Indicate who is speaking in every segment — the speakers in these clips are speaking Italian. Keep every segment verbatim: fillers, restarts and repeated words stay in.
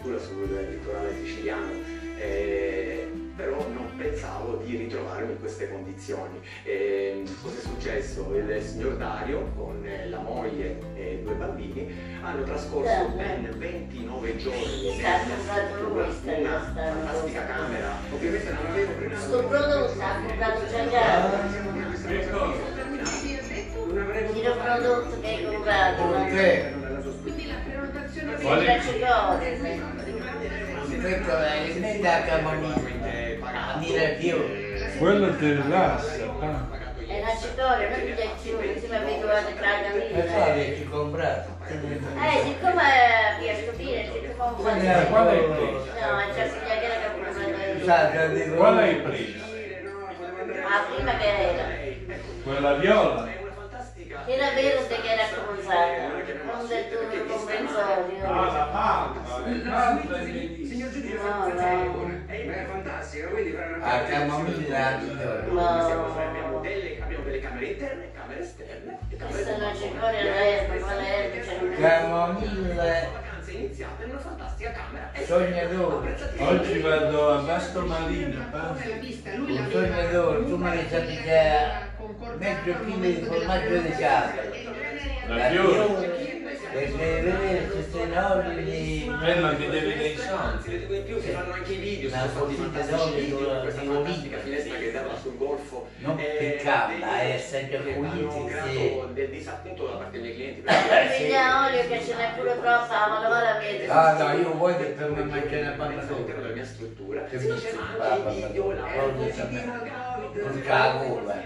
Speaker 1: addirittura sul litorale siciliano. Eh, però non pensavo di ritrovarmi in queste condizioni. Eh, cosa è successo? Il signor Dario con la moglie e due bambini hanno trascorso ben ventinove giorni nella struttura, una fantastica camera. Ovviamente non avevo preso
Speaker 2: sto prodotto ha comprato già gara. Il prodotto che hai comprato.
Speaker 3: Quindi la prenotazione
Speaker 2: Quale?
Speaker 4: Probabilmente a camomilla, a mira più.
Speaker 5: Quello ti rilassa.
Speaker 2: È una cicoria, non mi piace più, siamo abituati a camomilla.
Speaker 4: E poi avete comprato.
Speaker 2: Eh, siccome vi a stupire, siccome un po' di...
Speaker 5: Qual è il prezzo?
Speaker 2: No, c'è sia che era che ho comprato.
Speaker 5: Qual è il prezzo?
Speaker 2: Ah, prima che era.
Speaker 5: Quella viola?
Speaker 2: Era verde che era compensato, non del tutto comprensorio.
Speaker 5: Ah, la palma, l'altra è
Speaker 1: Signor Giudice,
Speaker 2: No, no.
Speaker 1: è fantastica, quindi
Speaker 4: A camomilla
Speaker 1: abbiamo delle, abbiamo delle camere interne, camere esterne e camere
Speaker 2: Questa non c'è fuori all'erba, quale erba c'è un
Speaker 4: camomilla.
Speaker 1: vacanze iniziate in una fantastica camera.
Speaker 4: Sognatore.
Speaker 5: Oggi vado a Vasto Marina.
Speaker 4: Un sognatore, tu mi hai sapete mezzo chilo di formaggio di capra.
Speaker 5: La viola.
Speaker 4: E se vedete queste nodi di...
Speaker 5: Quello che deve dei
Speaker 1: Anzi,
Speaker 5: soldi.
Speaker 1: le dico in più, si fanno anche i video,
Speaker 4: Una
Speaker 1: sono stati
Speaker 4: fottita
Speaker 1: fantastici
Speaker 4: d'olio
Speaker 1: video di
Speaker 4: di
Speaker 1: questa
Speaker 4: oliva.
Speaker 1: fantastica finestra che dava sul golfo.
Speaker 4: Non
Speaker 1: Eh,
Speaker 4: piccarla,
Speaker 1: dei-
Speaker 4: è sempre
Speaker 1: che
Speaker 4: pulita,
Speaker 1: hanno
Speaker 4: sì.
Speaker 1: creato del disappunto da parte dei miei clienti.
Speaker 2: Figlia olio che ce n'è pure troppa, ma allora vedi.
Speaker 4: Ah no, io voglio per me mangiare una
Speaker 1: All'interno
Speaker 4: panna
Speaker 1: della mia struttura
Speaker 4: Che
Speaker 1: si
Speaker 4: mi
Speaker 1: faceva
Speaker 4: si
Speaker 1: anche
Speaker 4: fa,
Speaker 1: i video, la
Speaker 4: non c'ha la gola.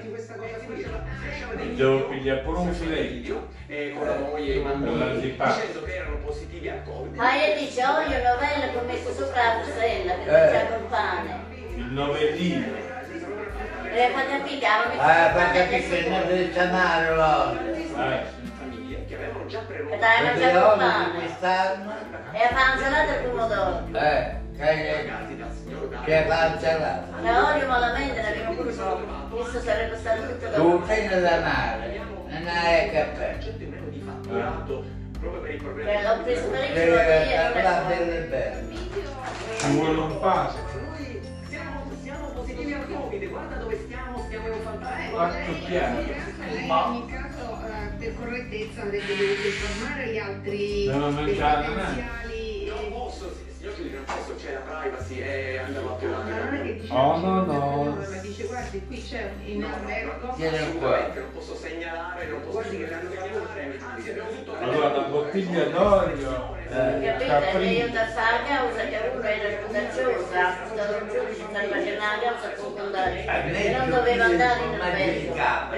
Speaker 5: Devo pigliare pure un filetto.
Speaker 1: eh, con la moglie e i bambini
Speaker 5: L'antipasto.
Speaker 1: dicendo che erano positivi al Covid.
Speaker 2: Ma io dice olio novella che ho messo sopra la fusella, che
Speaker 4: Eh.
Speaker 2: non c'è col pane.
Speaker 5: Il novellino.
Speaker 2: E fate a pigliare, ho messo
Speaker 4: Ah,
Speaker 2: sul pane
Speaker 4: perché
Speaker 2: e
Speaker 4: che
Speaker 2: messo
Speaker 4: non
Speaker 2: sopra.
Speaker 4: deve sanare l'olio.
Speaker 5: Eh.
Speaker 1: Famiglie che avevano già
Speaker 2: E
Speaker 1: prenotato.
Speaker 2: dai, non
Speaker 4: Perché
Speaker 2: c'è col
Speaker 4: l'olio di
Speaker 2: pane.
Speaker 4: quest'anno,
Speaker 2: E a fare insalata e pomodoro.
Speaker 4: eh, che
Speaker 1: Pagati dal signor Dario.
Speaker 4: che fa insalata.
Speaker 2: Ma olio malamente ne abbiamo pure sopra. Questo sarebbe stato tutto da
Speaker 4: Tu sei da sanare, non hai caffè.
Speaker 1: Certo in meno di fatturato proprio per i problemi.
Speaker 2: Beh, l'ho preso parecchio
Speaker 4: Deve
Speaker 2: volte io, non è
Speaker 4: parlare
Speaker 2: buono.
Speaker 4: bene bene.
Speaker 5: Ci vuole un passo.
Speaker 1: Noi siamo, siamo positivi al Covid, guarda dove stiamo, stiamo in un fantastico.
Speaker 5: Quanto chiaro.
Speaker 3: Lei in ogni caso eh, per correttezza avrebbe dovuto informare gli altri
Speaker 5: Devo
Speaker 3: dei
Speaker 5: mangiare,
Speaker 3: potenziali.
Speaker 1: Non posso, signor Giudice, non posso, c'è la privacy e andavo a
Speaker 3: Ma non è che dice
Speaker 5: Oh, no, no.
Speaker 3: ma dice guardi qui c'è in albergo.
Speaker 4: Tieni qua.
Speaker 1: Assolutamente, non posso segnalare, non posso segnalare, anzi abbiamo tutto
Speaker 5: Allora, una bottiglia d'olio.
Speaker 4: Eh,
Speaker 2: Capite? E io da fare la causa che uno era contagiosa, stato un giudice sta facendo la causa per contare. E non doveva andare in albergo.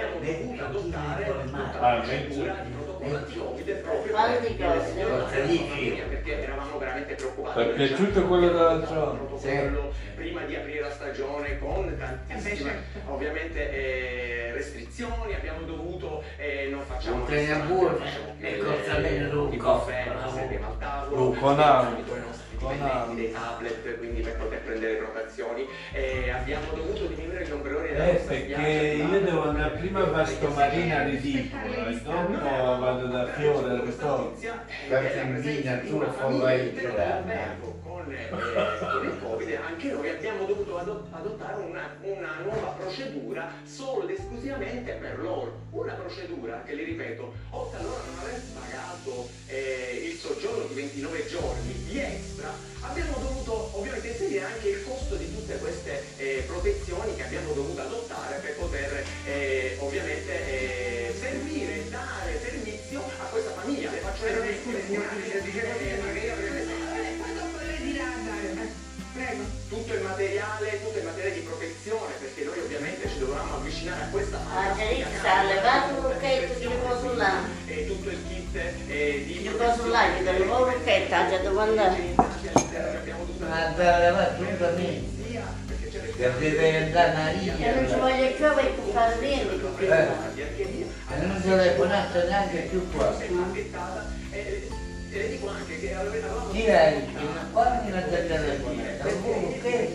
Speaker 5: Ah, mezzo.
Speaker 2: Quanti costi?
Speaker 1: perché eravamo veramente preoccupati.
Speaker 5: Perché è tutto quello della zona.
Speaker 1: Protocollo prima di aprire la stagione con tantissime ovviamente eh, restrizioni, abbiamo dovuto eh, non facciamo
Speaker 4: Un tenebure, e costa meno
Speaker 1: i
Speaker 4: un
Speaker 1: caffè,
Speaker 4: coffo.
Speaker 1: non serviamo al tavolo,
Speaker 5: Lu, con alto.
Speaker 1: tramite i nostri
Speaker 5: Con
Speaker 1: dipendenti,
Speaker 5: alto.
Speaker 1: dei tablet, quindi per poter prendere prenotazioni, e abbiamo dovuto diminuire gli ombrelloni della
Speaker 5: Eh,
Speaker 1: nostra
Speaker 5: perché
Speaker 1: spiaggia.
Speaker 5: io devo andare prima a Vasto Marina ridicolo e dopo vado da Fiore al ritorno.
Speaker 4: Caffeina, tu fai
Speaker 1: Albergo con, eh, con il Covid, anche noi abbiamo dovuto ado- adottare una, una nuova procedura solo ed esclusivamente per loro. Una procedura che, li ripeto, oltre a loro non aver pagato eh, il soggiorno di ventinove giorni di extra, abbiamo dovuto ovviamente inserire anche il costo di tutte queste eh, protezioni che abbiamo dovuto adottare per poter eh, ovviamente eh, servire, dare servizio a questa famiglia. Le faccio vedere
Speaker 3: Prego.
Speaker 1: tutto il materiale, tutto il materiale di protezione, perché noi ovviamente ci dovevamo avvicinare a questa
Speaker 2: Ah, Gerita sta allevato un lucchetto di riposo là.
Speaker 1: e tutto il kit eh, di
Speaker 2: Di riposo là, gli do un lucchetto, già devo andare.
Speaker 1: abbiamo dovuto
Speaker 4: Ma andare avanti assolutamente. Che deve andare a
Speaker 2: E non ci
Speaker 4: Maria.
Speaker 2: voglio più perché fare niente con questo.
Speaker 4: E non telefonato neanche più qua.
Speaker 1: e le dico anche che avevamo
Speaker 4: Chi è? Quando non ti telefonata?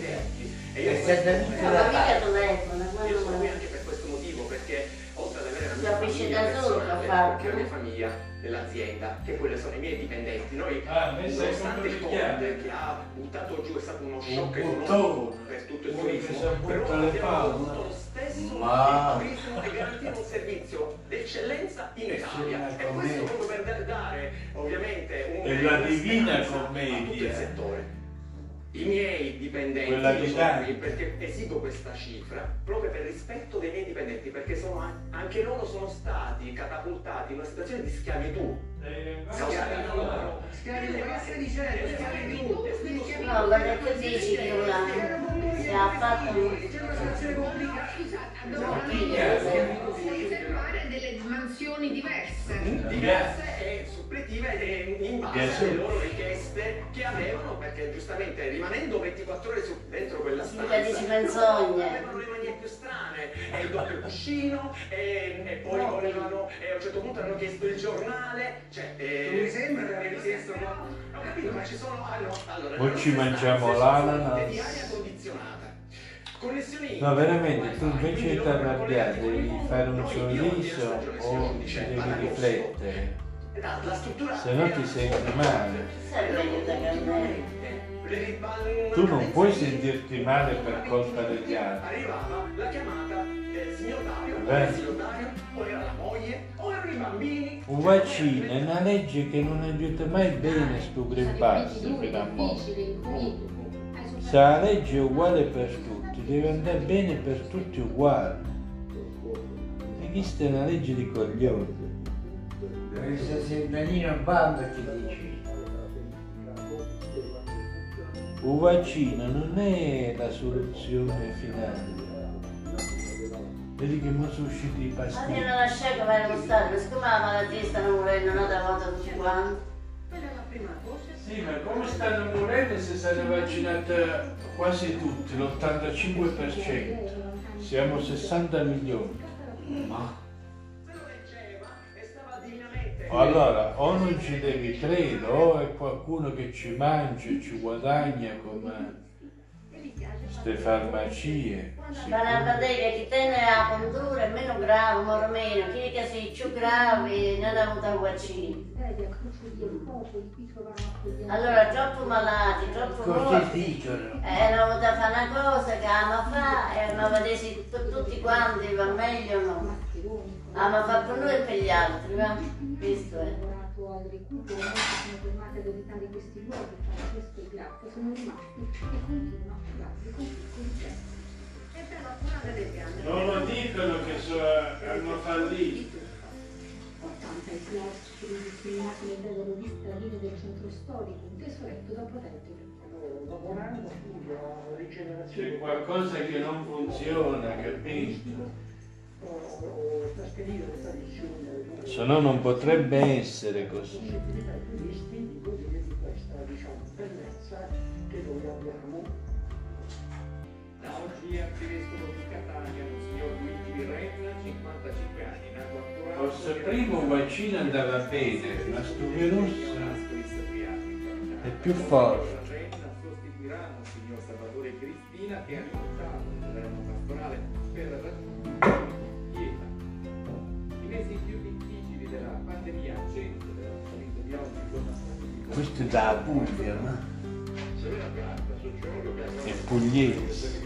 Speaker 4: E sei venuto
Speaker 2: Ma
Speaker 4: da
Speaker 2: mica
Speaker 4: parte.
Speaker 2: telefona,
Speaker 1: io sono qui
Speaker 2: quello
Speaker 1: anche per questo motivo, perché oltre ad avere
Speaker 2: Capisci da solo che ho fatto.
Speaker 1: Perché la mia famiglia, dell'azienda, che quelle sono i miei dipendenti, noi,
Speaker 5: Ah, me sai
Speaker 1: nonostante
Speaker 5: come
Speaker 1: il
Speaker 5: si chiama?
Speaker 1: Covid che ha buttato giù, è stato uno shock
Speaker 5: buttone.
Speaker 1: economico per tutto il
Speaker 5: Uno che
Speaker 1: turismo,
Speaker 5: si butta
Speaker 1: però
Speaker 5: le
Speaker 1: abbiamo
Speaker 5: palle.
Speaker 1: avuto lo stesso
Speaker 4: Ma-
Speaker 1: turismo e garantire un servizio d'eccellenza in Italia.
Speaker 4: Sì,
Speaker 1: E questo proprio per dare ovviamente un
Speaker 5: E la divina
Speaker 1: speranza a tutto il
Speaker 5: commedia.
Speaker 1: settore. I miei dipendenti,
Speaker 5: Quella
Speaker 1: io
Speaker 5: di
Speaker 1: sono
Speaker 5: Dante.
Speaker 1: qui perché esigo questa cifra proprio per rispetto dei miei dipendenti, perché sono an- anche loro sono stati catapultati in una situazione di schiavitù. Causata loro.
Speaker 3: Schiavitù, che stai dicendo? Schiavitù,
Speaker 2: No, guarda che dici che una si ha fatto
Speaker 3: c'è una situazione complicata. Scusate, dobbiamo osservare delle mansioni diverse.
Speaker 1: Diverse e suppletive e in base
Speaker 5: Yes.
Speaker 1: alle loro richieste che avevano, perché giustamente rimanendo ventiquattro ore su- dentro quella stanza
Speaker 2: Mica dici menzogne.
Speaker 1: avevano le manie più strane, e il doppio cuscino e, e poi volevano, e a un certo punto hanno chiesto il giornale, cioè eh,
Speaker 3: Non mi sembra che
Speaker 1: avete chiesto no? Ho capito, ma ci sono ah, no, allora,
Speaker 5: Poi
Speaker 1: le
Speaker 5: ci
Speaker 1: nostre
Speaker 5: mangiamo
Speaker 1: stanze
Speaker 5: l'ananas.
Speaker 1: sono di aria condizionata. Connessioni
Speaker 5: No, veramente,
Speaker 1: wifi,
Speaker 5: tu invece
Speaker 1: quindi
Speaker 5: di
Speaker 1: loro
Speaker 5: arrabbiare
Speaker 1: collegati con il
Speaker 5: devi
Speaker 1: mondo.
Speaker 5: fare un
Speaker 1: Noi, io
Speaker 5: sorriso
Speaker 1: oggi nella
Speaker 5: o
Speaker 1: stagione
Speaker 5: ci
Speaker 1: c'è
Speaker 5: devi
Speaker 1: ad agosto.
Speaker 5: riflettere.
Speaker 1: La, la struttura
Speaker 5: Se no ti
Speaker 1: era
Speaker 5: senti male.
Speaker 2: serve aiuto a cambiare.
Speaker 1: Le ribalne-
Speaker 5: Tu non puoi sentirti male per colpa degli altri.
Speaker 1: Arrivava la chiamata del signor Dario, o
Speaker 5: Beh.
Speaker 1: del signor Dario, o era la moglie, o erano i bambini.
Speaker 5: Un vaccino è una legge che non aiuta mai bene sto Green Pass fino a mo'. Se la legge è uguale per tutti, deve andare bene per tutti uguali. E questa è una legge di coglioni.
Speaker 4: Questa se Danilo Bando ti dici.
Speaker 5: Un vaccino non è la soluzione finale. Vedi che mo sono usciti i
Speaker 2: Ma io
Speaker 5: pastigli.
Speaker 2: non lasciai come erano stati, siccome la malattia stanno morendo una da volta tutti quanti.
Speaker 5: Sì, ma come stanno morendo se stanno vaccinati quasi tutti, l'ottantacinque per cento? Siamo sessanta milioni.
Speaker 1: Se lo leggeva e stava divinamente.
Speaker 5: Allora, o non ci devi credere, o è qualcuno che ci mangia e ci guadagna come queste farmacie.
Speaker 2: Ma la vedere chi tiene la puntura è meno grave, meno meno, chi che si più gravi non ha avuto il vaccino. Allora, troppo malati, troppo
Speaker 4: Così
Speaker 2: morti.
Speaker 4: dicono.
Speaker 2: Eh, hanno voluto fare una cosa che ama fa, e ma vedessi tu- tutti quanti va meglio o no? Ama fa per noi e per gli altri, va? Visto è.
Speaker 6: al recupero, molti sono tornati ad evitare questi luoghi, fare questo e grazie, sono rimasti e continuano, grazie, con piccoli
Speaker 3: E però una delle piante.
Speaker 5: Non lo dicono che so- hanno fallito.
Speaker 6: ottanta i classici discriminati nel vero di stradine del centro storico, un tesoretto da proteggere.
Speaker 7: Lavorando studio a rigenerazione,
Speaker 5: C'è qualcosa che non funziona, capito?
Speaker 7: ho trasferito questa visione
Speaker 5: Se no non potrebbe essere così.
Speaker 7: possibilità ai turisti di godere di questa, diciamo, bellezza che noi abbiamo.
Speaker 1: Da oggi arcivescovo di Catania, Monsignor Luigi Renna, cinquantacinque anni, nato a Turano.
Speaker 5: Forse il primo vaccino andava bene, ma sto virus è più forte.
Speaker 1: Renna sostituirà Monsignor Salvatore Cristina, che ha rinunciato al governo pastorale per raggiungere dieta. I mesi più difficili della pandemia al centro dell'argomento di oggi sono
Speaker 5: Questo è da Puglia, no?
Speaker 1: Serena Piazza, sociologa,
Speaker 5: È pugliese.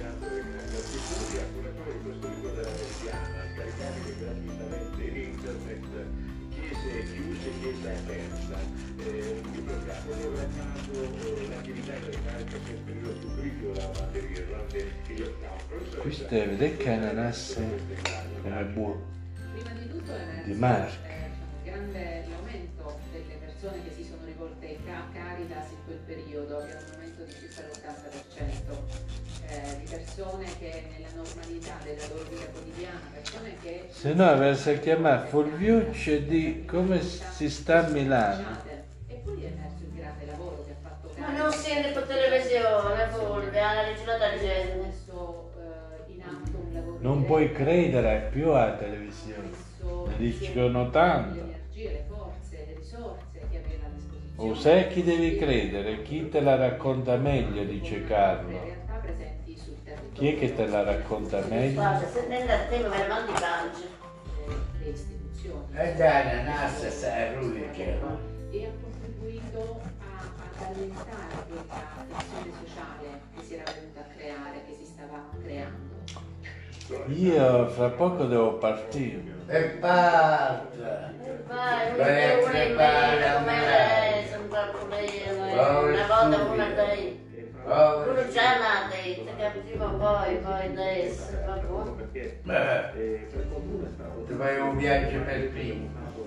Speaker 1: Chiese chiuse, chiesa aperta, un libro che ha fotografato l'attività delle cariche nel periodo più critico della pandemia durante il lockdown.
Speaker 5: Questo è, vedete che ananas come buono.
Speaker 8: Prima di tutto è
Speaker 5: Di
Speaker 8: emerso
Speaker 5: Marca.
Speaker 8: eh, diciamo, grande l'aumento delle persone che si sono rivolte a Caritas in quel periodo, abbiamo un aumento di circa l'ottanta per cento eh, di persone che nella normalità della loro vita quotidiana, persone che
Speaker 5: Se no avresti chiamato Fulviucci di come si sta a Milano.
Speaker 8: e poi è emerso il grande lavoro che ha fatto
Speaker 2: Ma
Speaker 8: Caritas.
Speaker 2: non sente per televisione, Fulvio, hanno rigirato la
Speaker 8: Ha
Speaker 2: gente.
Speaker 8: messo eh, in atto un lavoro
Speaker 5: Non
Speaker 8: diretto,
Speaker 5: puoi credere più alla televisione.
Speaker 8: messo
Speaker 5: Ne
Speaker 8: insieme
Speaker 5: dicono tanto.
Speaker 8: le energie, le forze, le risorse che aveva a disposizione.
Speaker 5: O sai chi devi credere? Chi te la racconta meglio, dice Carlo.
Speaker 8: Le realtà presenti sul territorio.
Speaker 5: Chi è che te la racconta meglio?
Speaker 2: Guarda, se nel tempo mi era mal di pancia.
Speaker 8: Le istituzioni.
Speaker 4: E dai, la NASA sta a lui che...
Speaker 8: E ha contribuito a, ad allentare quella tensione sociale che si era venuta a creare, che si stava creando.
Speaker 5: Io fra poco devo partire.
Speaker 4: E basta!
Speaker 2: Vai,
Speaker 4: Vai a
Speaker 2: uno e
Speaker 4: crepare
Speaker 2: mezzo
Speaker 4: a
Speaker 2: come
Speaker 4: me.
Speaker 2: lei, sono troppo lei, una volta uno e lei.
Speaker 4: Oh,
Speaker 2: Uno già l'ha detto, che prima o poi, poi adesso, vabbè.
Speaker 4: beh, ti fai un viaggio per primo.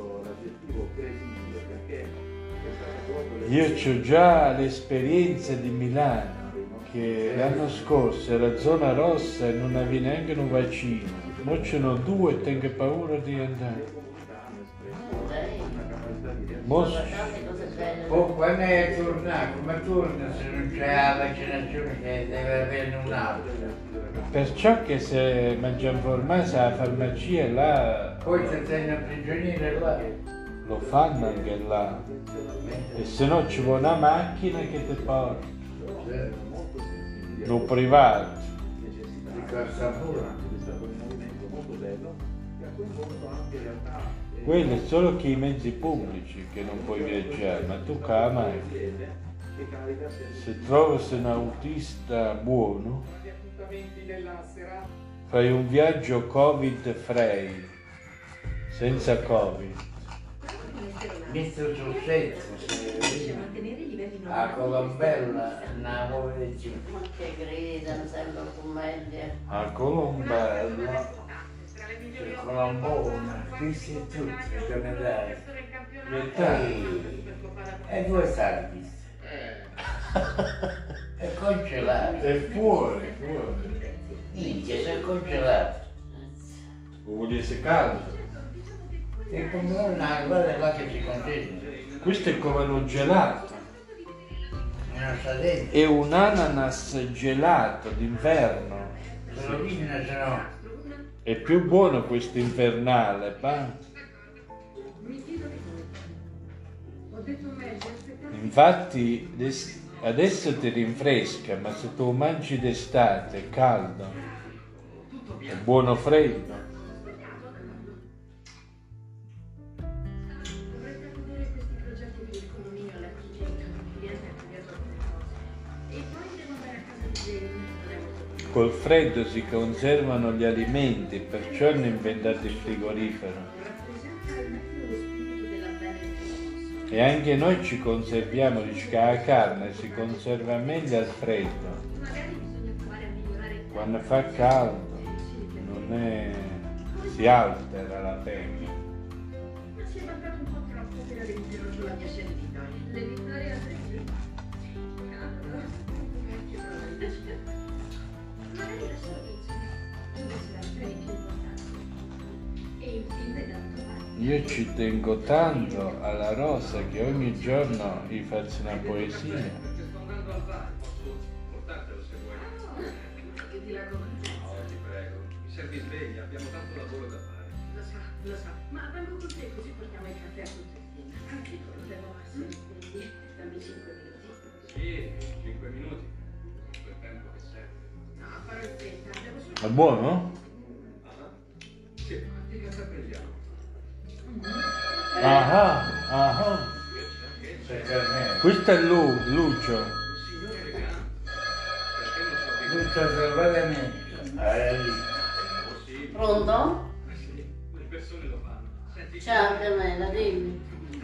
Speaker 5: Io ho già l'esperienza di Milano, che l'anno scorso era zona rossa e non avevi neanche un vaccino. Ora ce n'ho due e tengo paura di andare. Mo-
Speaker 2: Tante cose belle.
Speaker 4: Poi quando è tornato, come torna se non c'è la vaccinazione che deve avere un altro?
Speaker 5: Perciò che se mangiamo formaggi alla farmacia là
Speaker 4: Poi ti tengono prigioniero là.
Speaker 5: lo fanno anche là. E se no ci vuole una macchina che ti porta. Lo privato.
Speaker 4: Di costa pure.
Speaker 5: Quello è solo che i mezzi pubblici che non puoi viaggiare, ma tu con la macchina. Se trovi un autista buono, fai un viaggio Covid free, senza Covid.
Speaker 4: Mister Sossetto, a Colombella, una muove di cibo.
Speaker 2: Ma che gridano, sembra un commedia.
Speaker 5: A Colombella,
Speaker 4: Colombona, questi e tutti, che ne dai. E due salvi. È congelato.
Speaker 5: è fuori, fuori.
Speaker 4: Minchia, sei congelato.
Speaker 5: Vuol dire caldo.
Speaker 4: E come una guarda là che ci congela.
Speaker 5: Questo è come lo gelato.
Speaker 4: Non sta dentro.
Speaker 5: È un ananas gelato d'inverno.
Speaker 4: Se lo cucina se no.
Speaker 5: È più buono questo invernale, va? Infatti des- adesso ti rinfresca, ma se tu mangi d'estate è caldo, è buono freddo. Col freddo si conservano gli alimenti, perciò hanno inventato il frigorifero. E anche noi ci conserviamo, dice che la carne si conserva meglio al freddo. Quando fa caldo non è... si altera la pelle. Io ci tengo tanto alla Rosa che ogni giorno gli faccio una poesia.
Speaker 1: No, ti prego, mi servi sveglia, abbiamo tanto lavoro da fare.
Speaker 6: Lo so, lo so, ma vengo con te così portiamo il caffè a tutti insieme. Anche loro devono essere svegli. Dammi cinque minuti.
Speaker 1: Sì, cinque minuti. Quel tempo che serve.
Speaker 6: No, farò in fretta, devo solo...
Speaker 5: È buono?
Speaker 1: Ah, sì, quanti caffè prendiamo?
Speaker 5: Ah ah, questo è Lu, Lucio.
Speaker 1: Signore elegante, perché non so di
Speaker 4: Tutto salvatamente. Eh, lì.
Speaker 1: possibile.
Speaker 2: Pronto?
Speaker 1: Sì, le persone lo fanno. Senti,
Speaker 2: Ciao Carmela, dimmi.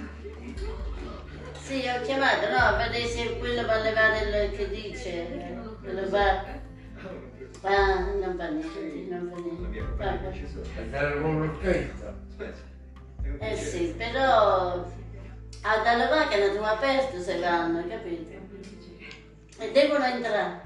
Speaker 2: Sì, ho chiamato, no, a vedere se quello va a levare il che dice, quello va. Va, non va niente, non va niente. Vabbè.
Speaker 4: E dare un lucchetto.
Speaker 1: aspetta.
Speaker 2: Eh sì, però a dalle macchine sono aperte se vanno, capito? E devono entrare.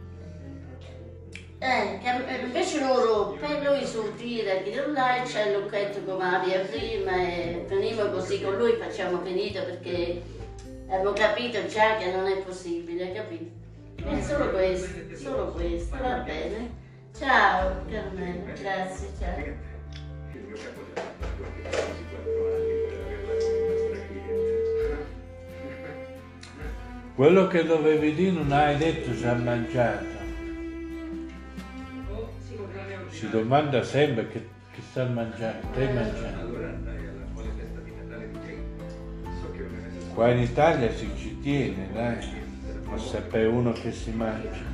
Speaker 2: Eh, che invece loro, per lui sul tira, che non là c'è il lucchetto come aveva prima e veniamo così con lui, facciamo finito perché abbiamo capito già che non è possibile, capito? È solo questo, solo questo, va bene. Ciao Carmela, grazie, ciao.
Speaker 1: Il mio capo già ha fatto anche quasi quattro anni per averla come nostra cliente.
Speaker 5: Quello che dovevi dire non hai detto se ha mangiato. Si domanda sempre che, che sta mangiando, stai mangiando. Qua in Italia si ci tiene, dai, ma se per uno che si mangia.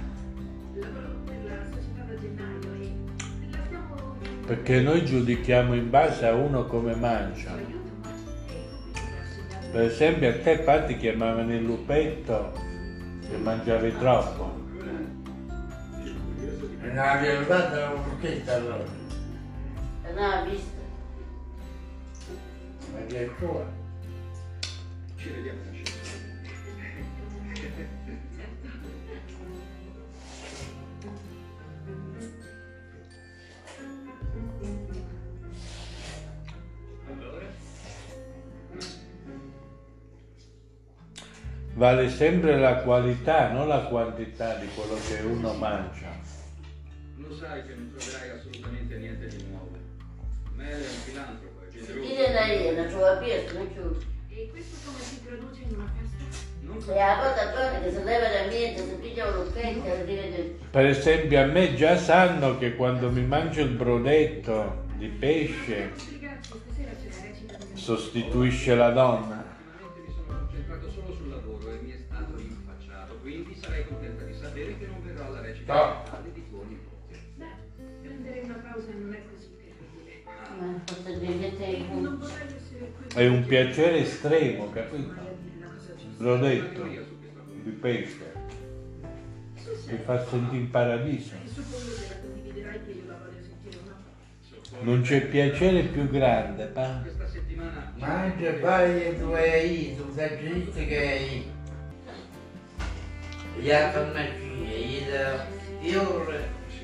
Speaker 5: Perché noi giudichiamo in base a uno come mangia. Per esempio a te qua ti chiamavano il lupetto e mangiavi troppo.
Speaker 4: Non avevi arrivata la forchetta allora.
Speaker 2: Non ha visto.
Speaker 4: Ma che è tua?
Speaker 1: Ci vediamo una scena.
Speaker 5: Vale sempre la qualità, non la quantità di quello che uno mangia.
Speaker 9: Lo sai che non troverai assolutamente niente di nuovo. Mele è un filantropo, è generoso.
Speaker 2: Viene da Elena, trova pietro, non chiuso.
Speaker 6: E questo come si produce in una festa?
Speaker 9: Non so.
Speaker 2: E la cosa buona è che se leva da niente, se piglia un lucchetto e arriva.
Speaker 5: Per esempio a me già sanno che quando mi mangio il brodetto di pesce sostituisce la donna.
Speaker 9: Ultimamente mi sono concentrato solo sul lavoro e mi è stato rinfacciato, quindi sarei contenta di sapere che non verrò alla recita
Speaker 4: No.
Speaker 9: finale di tuo nipote.
Speaker 6: Beh, prendere una pausa non è così terribile.
Speaker 2: Ma forse diventa
Speaker 6: Non vorrei essere qui.
Speaker 5: È un piacere estremo, capito?
Speaker 6: Voglio dire una cosa giusta.
Speaker 5: Brodetto di pesce. Mi fa sentire in paradiso.
Speaker 6: E suppongo che la condividerai che io la voglio sentire o no?
Speaker 5: Non c'è piacere più grande, pa?
Speaker 9: Questa settimana
Speaker 4: Mangia, fai e tu hai, tu sei che hai. Gli ha farmacia, gli dà fiore.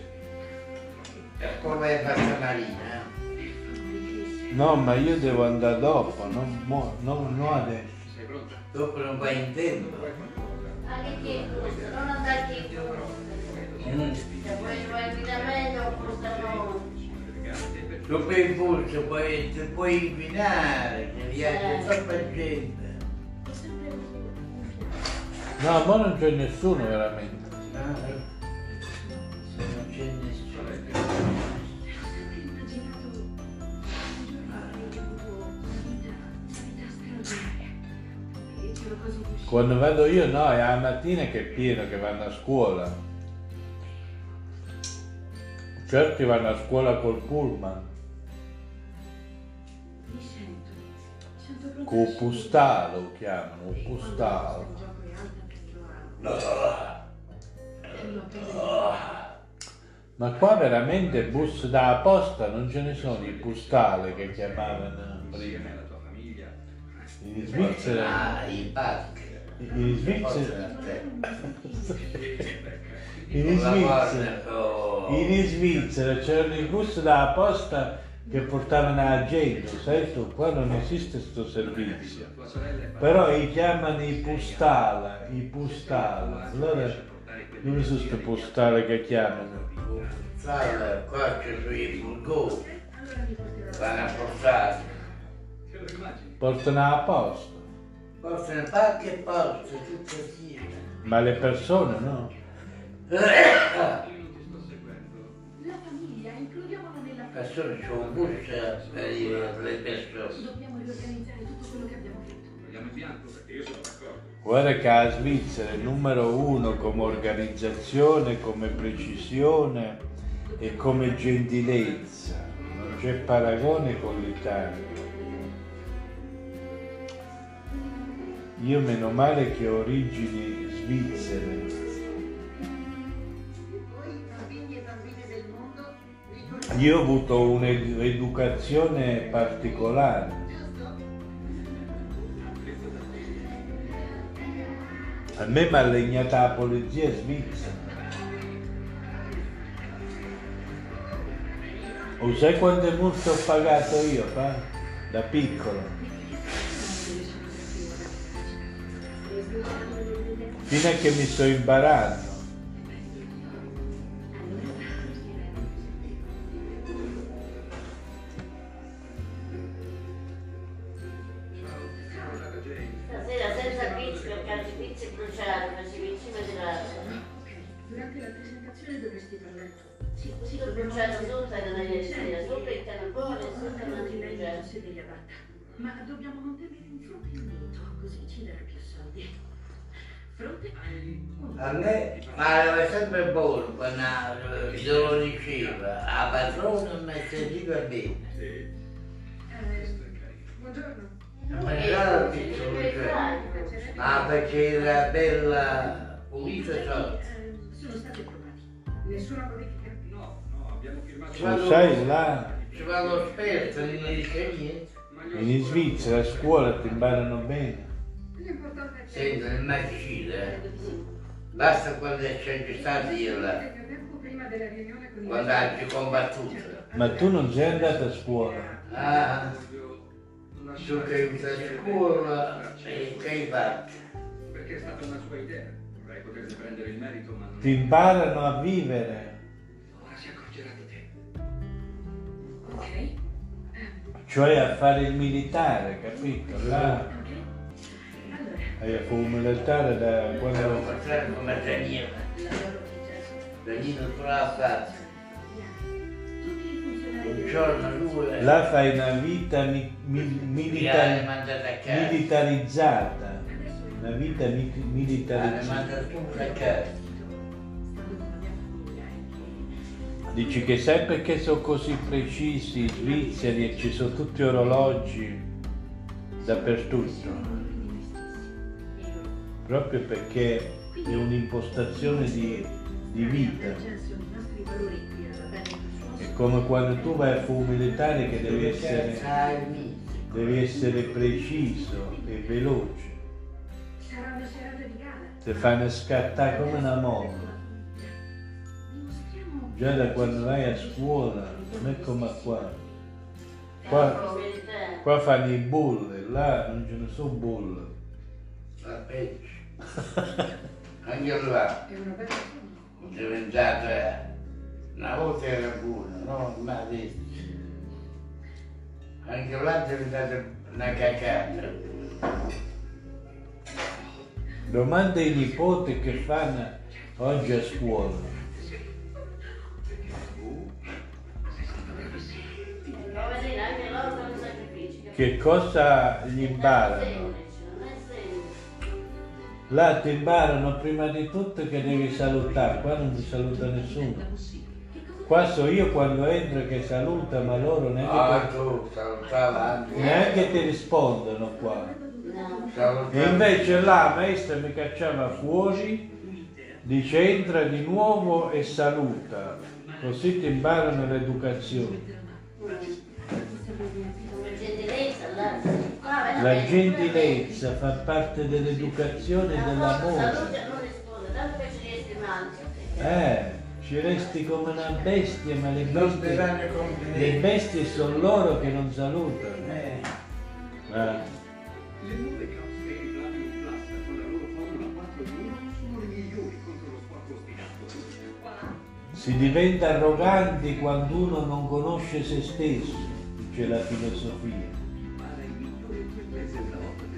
Speaker 4: E come faccia Marina.
Speaker 5: No, ma io devo andare dopo, non, mo- non, non adesso.
Speaker 9: sei pronta?
Speaker 4: Dopo non vai in tempo.
Speaker 2: anche chi non andare chi
Speaker 4: Mm.
Speaker 2: se vuoi fare il guidamento costano
Speaker 4: Tu per il polso poi ti puoi inquinare, che viaggia troppa gente.
Speaker 5: No, ma non c'è nessuno veramente.
Speaker 4: No, se non c'è nessuno.
Speaker 5: Quando vado io no, è la mattina che è pieno, che vanno a scuola. Certi vanno a scuola col pullman,
Speaker 6: Mi sento, mi sento proprio
Speaker 5: con il
Speaker 6: assurda.
Speaker 5: pustalo lo chiamano, il
Speaker 6: Quando
Speaker 5: pustalo.
Speaker 6: il gioco è alta, tendo a perdere.
Speaker 5: Ma qua veramente bus da posta non ce ne sono, i pustale che chiamavano
Speaker 9: Insieme
Speaker 5: prima.
Speaker 9: alla tua famiglia.
Speaker 5: In Svizzera,
Speaker 4: Ah, i pacchi.
Speaker 5: in Svizzera, in
Speaker 4: In
Speaker 5: Svizzera, in Svizzera c'erano i bus da posta che portavano la gente, sai tu, qua non esiste questo servizio.
Speaker 9: Tua sorella è
Speaker 5: Però li chiamano i pustala, i pustala. Allora, dove sono queste pustale che chiamano?
Speaker 4: Sai, qua c'è sui furgoni,
Speaker 6: Allora mi porterò.
Speaker 4: vanno a portare.
Speaker 9: Te lo immagini?
Speaker 5: Portano a posto,
Speaker 4: Portano pacchi e posto, tutto assieme.
Speaker 5: ma le persone no?
Speaker 9: Io non ti sto seguendo.
Speaker 6: La famiglia, includiamola nella
Speaker 4: Persone c'è un bus per le persone.
Speaker 6: Dobbiamo riorganizzare tutto quello che abbiamo fatto.
Speaker 9: Vogliamo in bianco perché io sono d'accordo.
Speaker 5: Guarda che la Svizzera è il numero uno come organizzazione, come precisione e come gentilezza. Non c'è paragone con l'Italia. Io meno male che ho origini svizzere. Io ho avuto un'educazione particolare. A me mi ha legnata la polizia svizzera. O sai quante multe ho pagato io, pa? Da piccolo. Fino a che mi sto imparando.
Speaker 2: stasera senza pizzi perché anche pizzi bruciate, facevi il cibo di razza.
Speaker 6: Durante la presentazione dovresti parlare. Sì, così
Speaker 2: Sul
Speaker 6: dobbiamo
Speaker 2: bruciato sotto e non è sera, sopra il cannone, sotto non
Speaker 6: anche
Speaker 2: è
Speaker 6: lei non
Speaker 2: bruciato.
Speaker 6: si degli adatta. Ma dobbiamo mantenere in fronte il minuto, così ci darà più soldi. Fronte
Speaker 4: A me, ma era sempre buono quando lo diceva, a padrone mi serviva bene.
Speaker 9: Sì.
Speaker 3: Eh, buongiorno.
Speaker 4: A mangiare piccolo, cioè, ma perché era bella pulita sotto.
Speaker 6: eh, sono stati approvati. Nessuna modifica?
Speaker 9: No, no, abbiamo firmato...
Speaker 4: Ci vado-
Speaker 5: Lo sai, là
Speaker 4: Ci vado spesso, non mi dice niente.
Speaker 9: Ma gli ho
Speaker 5: in Svizzera a scuola ti imparano bene.
Speaker 3: L'importante è che...
Speaker 4: Senta, il macchile, basta quando c'è stato io là,
Speaker 3: il mio tempo prima della riunione con i...
Speaker 4: quando hai combattuto.
Speaker 5: Ma tu non sei andato a scuola.
Speaker 4: Ah,
Speaker 9: lasciare-
Speaker 4: tu che hai avuto a scuola e che hai fatto?
Speaker 9: Perché è stata una sua idea. Vorrei poterne prendere il merito, ma non...
Speaker 5: Ti imparano a vivere,
Speaker 9: Ora si accorgerà di te.
Speaker 3: Ok.
Speaker 5: cioè a fare il militare, capito? Là
Speaker 6: Ok? Allora,
Speaker 5: hai fatto il militare da
Speaker 4: Devo
Speaker 5: quando...
Speaker 4: fare come Danilo,
Speaker 6: lavoro che già sono
Speaker 4: Danilo tu l'ha fatto.
Speaker 6: tutti i funzionari
Speaker 4: Un
Speaker 6: del-
Speaker 4: giorno lui
Speaker 5: Là fai una vita mi- mi-
Speaker 4: mi ha
Speaker 5: milita-
Speaker 4: mandato a casa,
Speaker 5: militarizzata, una vita mi-
Speaker 4: mi ha
Speaker 5: militarizzata.
Speaker 4: mandato tu a casa.
Speaker 6: stando con la mia famiglia e che
Speaker 5: Dici che sai perché sono così precisi i svizzeri e ci sono tutti orologi dappertutto? Proprio perché è un'impostazione di, di vita. È come quando tu vai a fu militare che devi essere,
Speaker 4: Ah, il mio.
Speaker 5: devi essere preciso e veloce.
Speaker 6: sarà una serata di gala.
Speaker 5: Ti fanno scattare come una moto.
Speaker 6: Dimostriamo
Speaker 5: Già da quando vai a scuola, non è come qua. Qua, qua fanno i bulli, là non ce ne sono bulli.
Speaker 4: La peggio. Anche là,
Speaker 3: È una bella cosa.
Speaker 4: è diventata, una volta era buona, no? Ma adesso. Anche là è diventata una cacata.
Speaker 5: Domanda ai nipoti che fanno oggi a scuola.
Speaker 2: Anche loro fanno sacrifici.
Speaker 5: Che cosa gli imparano?
Speaker 2: Non è semplice.
Speaker 5: Là ti imparano prima di tutto che devi salutare, qua non ti saluta nessuno. Qua so io quando entro che saluta, ma loro
Speaker 4: Ah,
Speaker 5: neanche,
Speaker 4: tu salutava anche.
Speaker 5: neanche ti rispondono qua.
Speaker 2: No.
Speaker 4: Salutava.
Speaker 5: E invece là la maestra mi cacciava fuori, dice entra di nuovo e saluta, così ti imparano l'educazione.
Speaker 2: Come gentilezza, là. Qua
Speaker 5: La
Speaker 2: veramente-
Speaker 5: gentilezza fa parte dell'educazione e
Speaker 2: Ah, no,
Speaker 5: dell'amore.
Speaker 2: saluta, non risponde, tanto che ci resti male.
Speaker 5: Eh, ci resti come una bestia, ma le
Speaker 4: Non ti
Speaker 5: bestie,
Speaker 4: danno
Speaker 5: le
Speaker 4: complimenti.
Speaker 5: bestie sono loro che non salutano.
Speaker 4: Eh,
Speaker 5: Eh.
Speaker 9: Le nuove classe Platinum Plus con la loro Formula quattro di uno sono le migliori contro lo sport ostinato.
Speaker 5: Si diventa arroganti quando uno non conosce se stesso, dice la filosofia.
Speaker 9: Impara i migliori due mesi alla volta del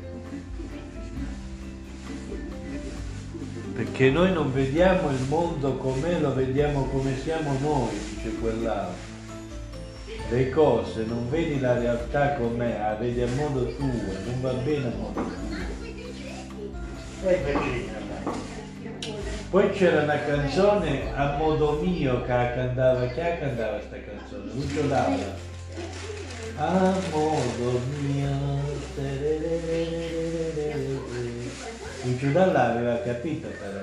Speaker 5: Perché noi non vediamo il mondo com'è, lo vediamo come siamo noi, dice quell'altro. Le cose, non vedi la realtà com'è, la vedi a modo tuo, non va bene a modo tuo.
Speaker 4: sei vicino.
Speaker 5: Poi c'era una canzone a modo mio che la cantava, chi la cantava sta canzone? Lucio Dalla. A modo mio. Lucio Dalla aveva capito però.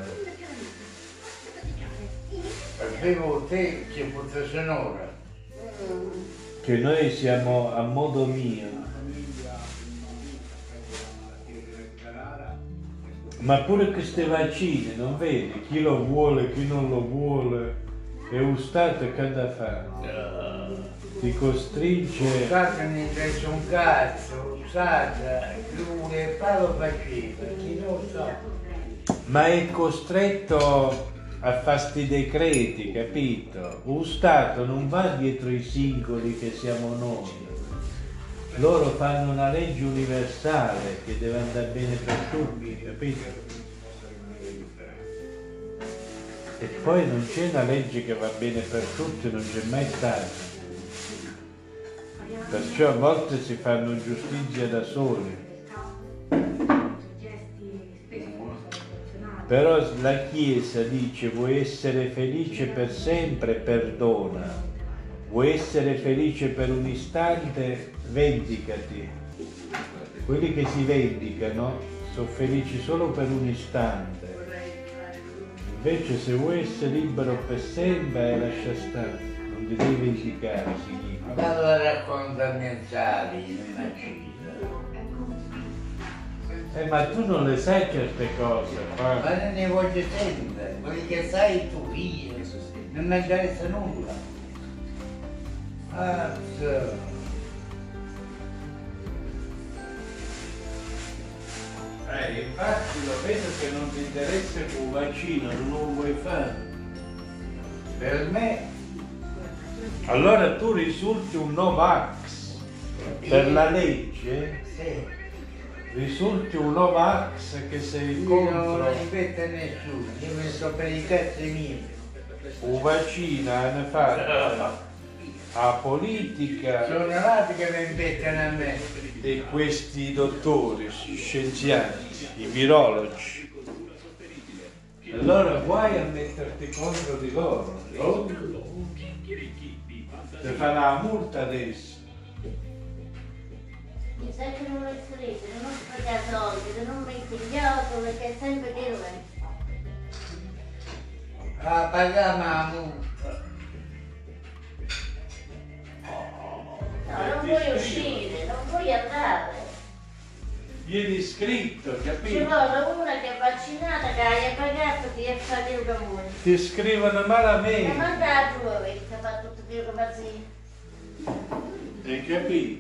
Speaker 4: Facevo te che fosse sonora.
Speaker 5: Che noi siamo a modo mio. Ma pure queste vaccine, non vedi? Chi lo vuole, chi non lo vuole. È un Stato che da fare? Ti costringe.
Speaker 4: Usate ne interessa un cazzo, usate, lui e Paolo faceva, chi non sa.
Speaker 5: Ma è costretto a fare sti decreti, capito? Un Stato non va dietro i singoli che siamo noi. Loro fanno una legge universale che deve andare bene per tutti, capito? E poi non c'è una legge che va bene per tutti, non c'è mai stata. Perciò a volte si fanno giustizia da soli. Però la Chiesa dice: vuoi essere felice per sempre, perdona. Vuoi essere felice per un istante, vendicati. Quelli che si vendicano sono felici solo per un istante. Invece se vuoi essere libero per sempre, lascia stare, non ti devi vendicare, significa.
Speaker 4: Ma lo racconta Nienzali in una cita.
Speaker 5: Eh, ma tu non le sai certe cose,
Speaker 4: ma non ne voglio sentire, quelli che sai tu, io, non mi interessa nulla. Ah, so.
Speaker 5: Eh, infatti lo vedo che non ti interessa un vaccino, non lo vuoi fare.
Speaker 4: Per me.
Speaker 5: Allora tu risulti un Novax. Per la legge?
Speaker 4: Sì.
Speaker 5: Risulti un Novax che sei
Speaker 4: io
Speaker 5: contro.
Speaker 4: Non lo ripeto a nessuno, io mi sto per i cazzi miei.
Speaker 5: Un vaccino ne fa a politica.
Speaker 4: Sono nati che mi impettano a me.
Speaker 5: E questi dottori, scienziati, i virologi. Allora guai a metterti contro di loro. Oh. Ti fanno la multa adesso.
Speaker 2: Mi sa che non è scritto, non spagare soldi, non metti gli occhi perché è sempre che lo è.
Speaker 4: Ah, paghiamo la multa.
Speaker 2: No, non puoi uscire, non puoi andare.
Speaker 5: Vieni iscritto,
Speaker 2: Ci
Speaker 5: capito?
Speaker 2: vuole una che è vaccinata, che hai pagato, ti è fatto il comune.
Speaker 5: Ti scrivono
Speaker 2: Ma
Speaker 5: malamente.
Speaker 2: manda la tua, che ti ha fatto tutto quello che fa.
Speaker 5: Hai capito?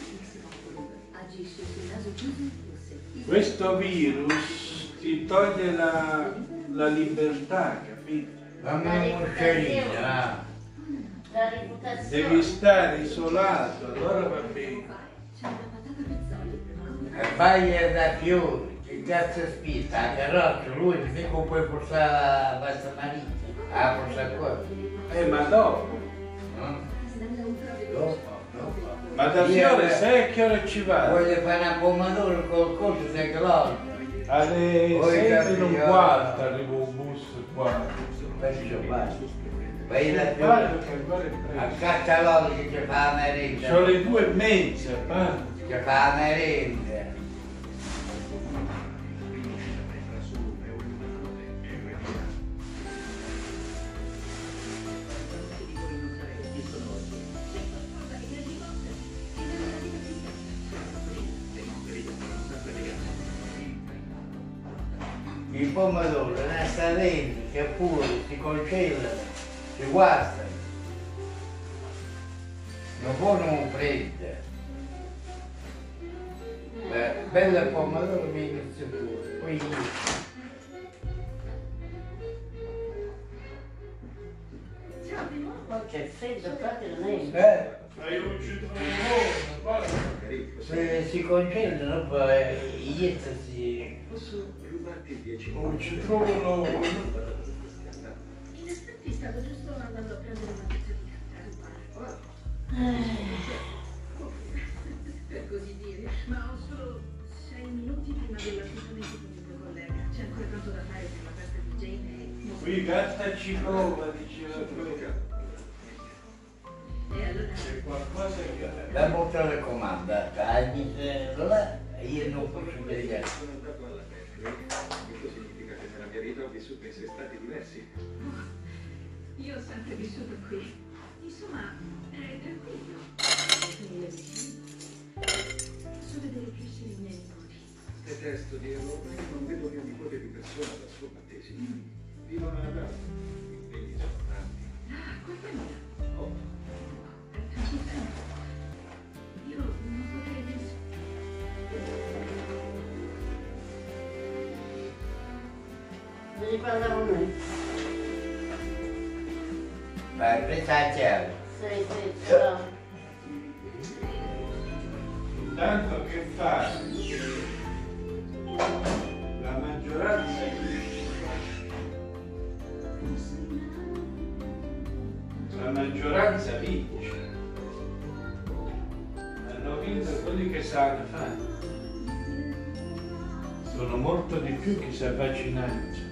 Speaker 5: Questo virus ti toglie la, la libertà, capito?
Speaker 4: Fammi una moscerina.
Speaker 2: La reputazione.
Speaker 5: Devi stare isolato, allora va bene.
Speaker 4: E fai da fiori, che cazzo spita, la carrozza, lui mica puoi portare la pasta marina, la porta qua.
Speaker 5: Eh, ma dopo.
Speaker 4: No? Dopo, dopo.
Speaker 5: Ma da
Speaker 4: Io,
Speaker 5: fiore
Speaker 4: eh,
Speaker 5: sai a che ora ci va?
Speaker 4: Voglio fare una pomodoro col coso sei claudio.
Speaker 5: Alle
Speaker 4: Vuoi
Speaker 5: sei e un
Speaker 4: capire?
Speaker 5: quarto arriva un bus qua.
Speaker 4: Perciò vai. Vai da
Speaker 5: Guarda
Speaker 4: fiori.
Speaker 5: che ancora è
Speaker 4: A
Speaker 5: presto.
Speaker 4: Cattalolo che ci fa la merenda.
Speaker 5: Sono le due e mezza, pa.
Speaker 4: Ci fa la merenda. Il pomodoro ne sta dentro, c'è pure, si congela, si guasta. Non può non fredda. Beh, bello il pomodoro mi inizio pure. Poi io.
Speaker 2: C'è freddo proprio non è.
Speaker 4: Eh,
Speaker 5: Fai un citrone,
Speaker 4: se si congelano poi gli si.
Speaker 5: un citrone.
Speaker 6: In effetti stavo giusto andando a prendere una pezza di carta. Per così dire, ma ho solo sei minuti prima dell'appuntamento con il mio collega. C'è ancora tanto da fare per la festa di Jane e...
Speaker 5: Qui gatta ci prova, diceva quello.
Speaker 6: E allora...
Speaker 5: C'è qualcosa che...
Speaker 4: La moto le comanda, tagli, là, e io non posso vedere.
Speaker 9: Questo significa che nella mia vita ho vissuto in sei stati diversi.
Speaker 6: Io ho sempre vissuto qui. Insomma, è tranquillo. Posso vedere crescere i miei nipoti.
Speaker 9: Detesto dirlo, ma io non vedo mio nipote di persona dal suo battesimo. Vivono ad Adamo, gli impegni sono tanti.
Speaker 6: Ah, colpa mia.
Speaker 9: Oh,
Speaker 6: È così tanto. Io non potrei pensare.
Speaker 2: Ne riparliamo noi.
Speaker 4: Vai, presa la chiave.
Speaker 2: Sì, sì, ce l'ho.
Speaker 5: Intanto che fa? La maggioranza vince. La maggioranza vince. vinto quelli che sanno fare. Sono molto di più chi si è vaccinato.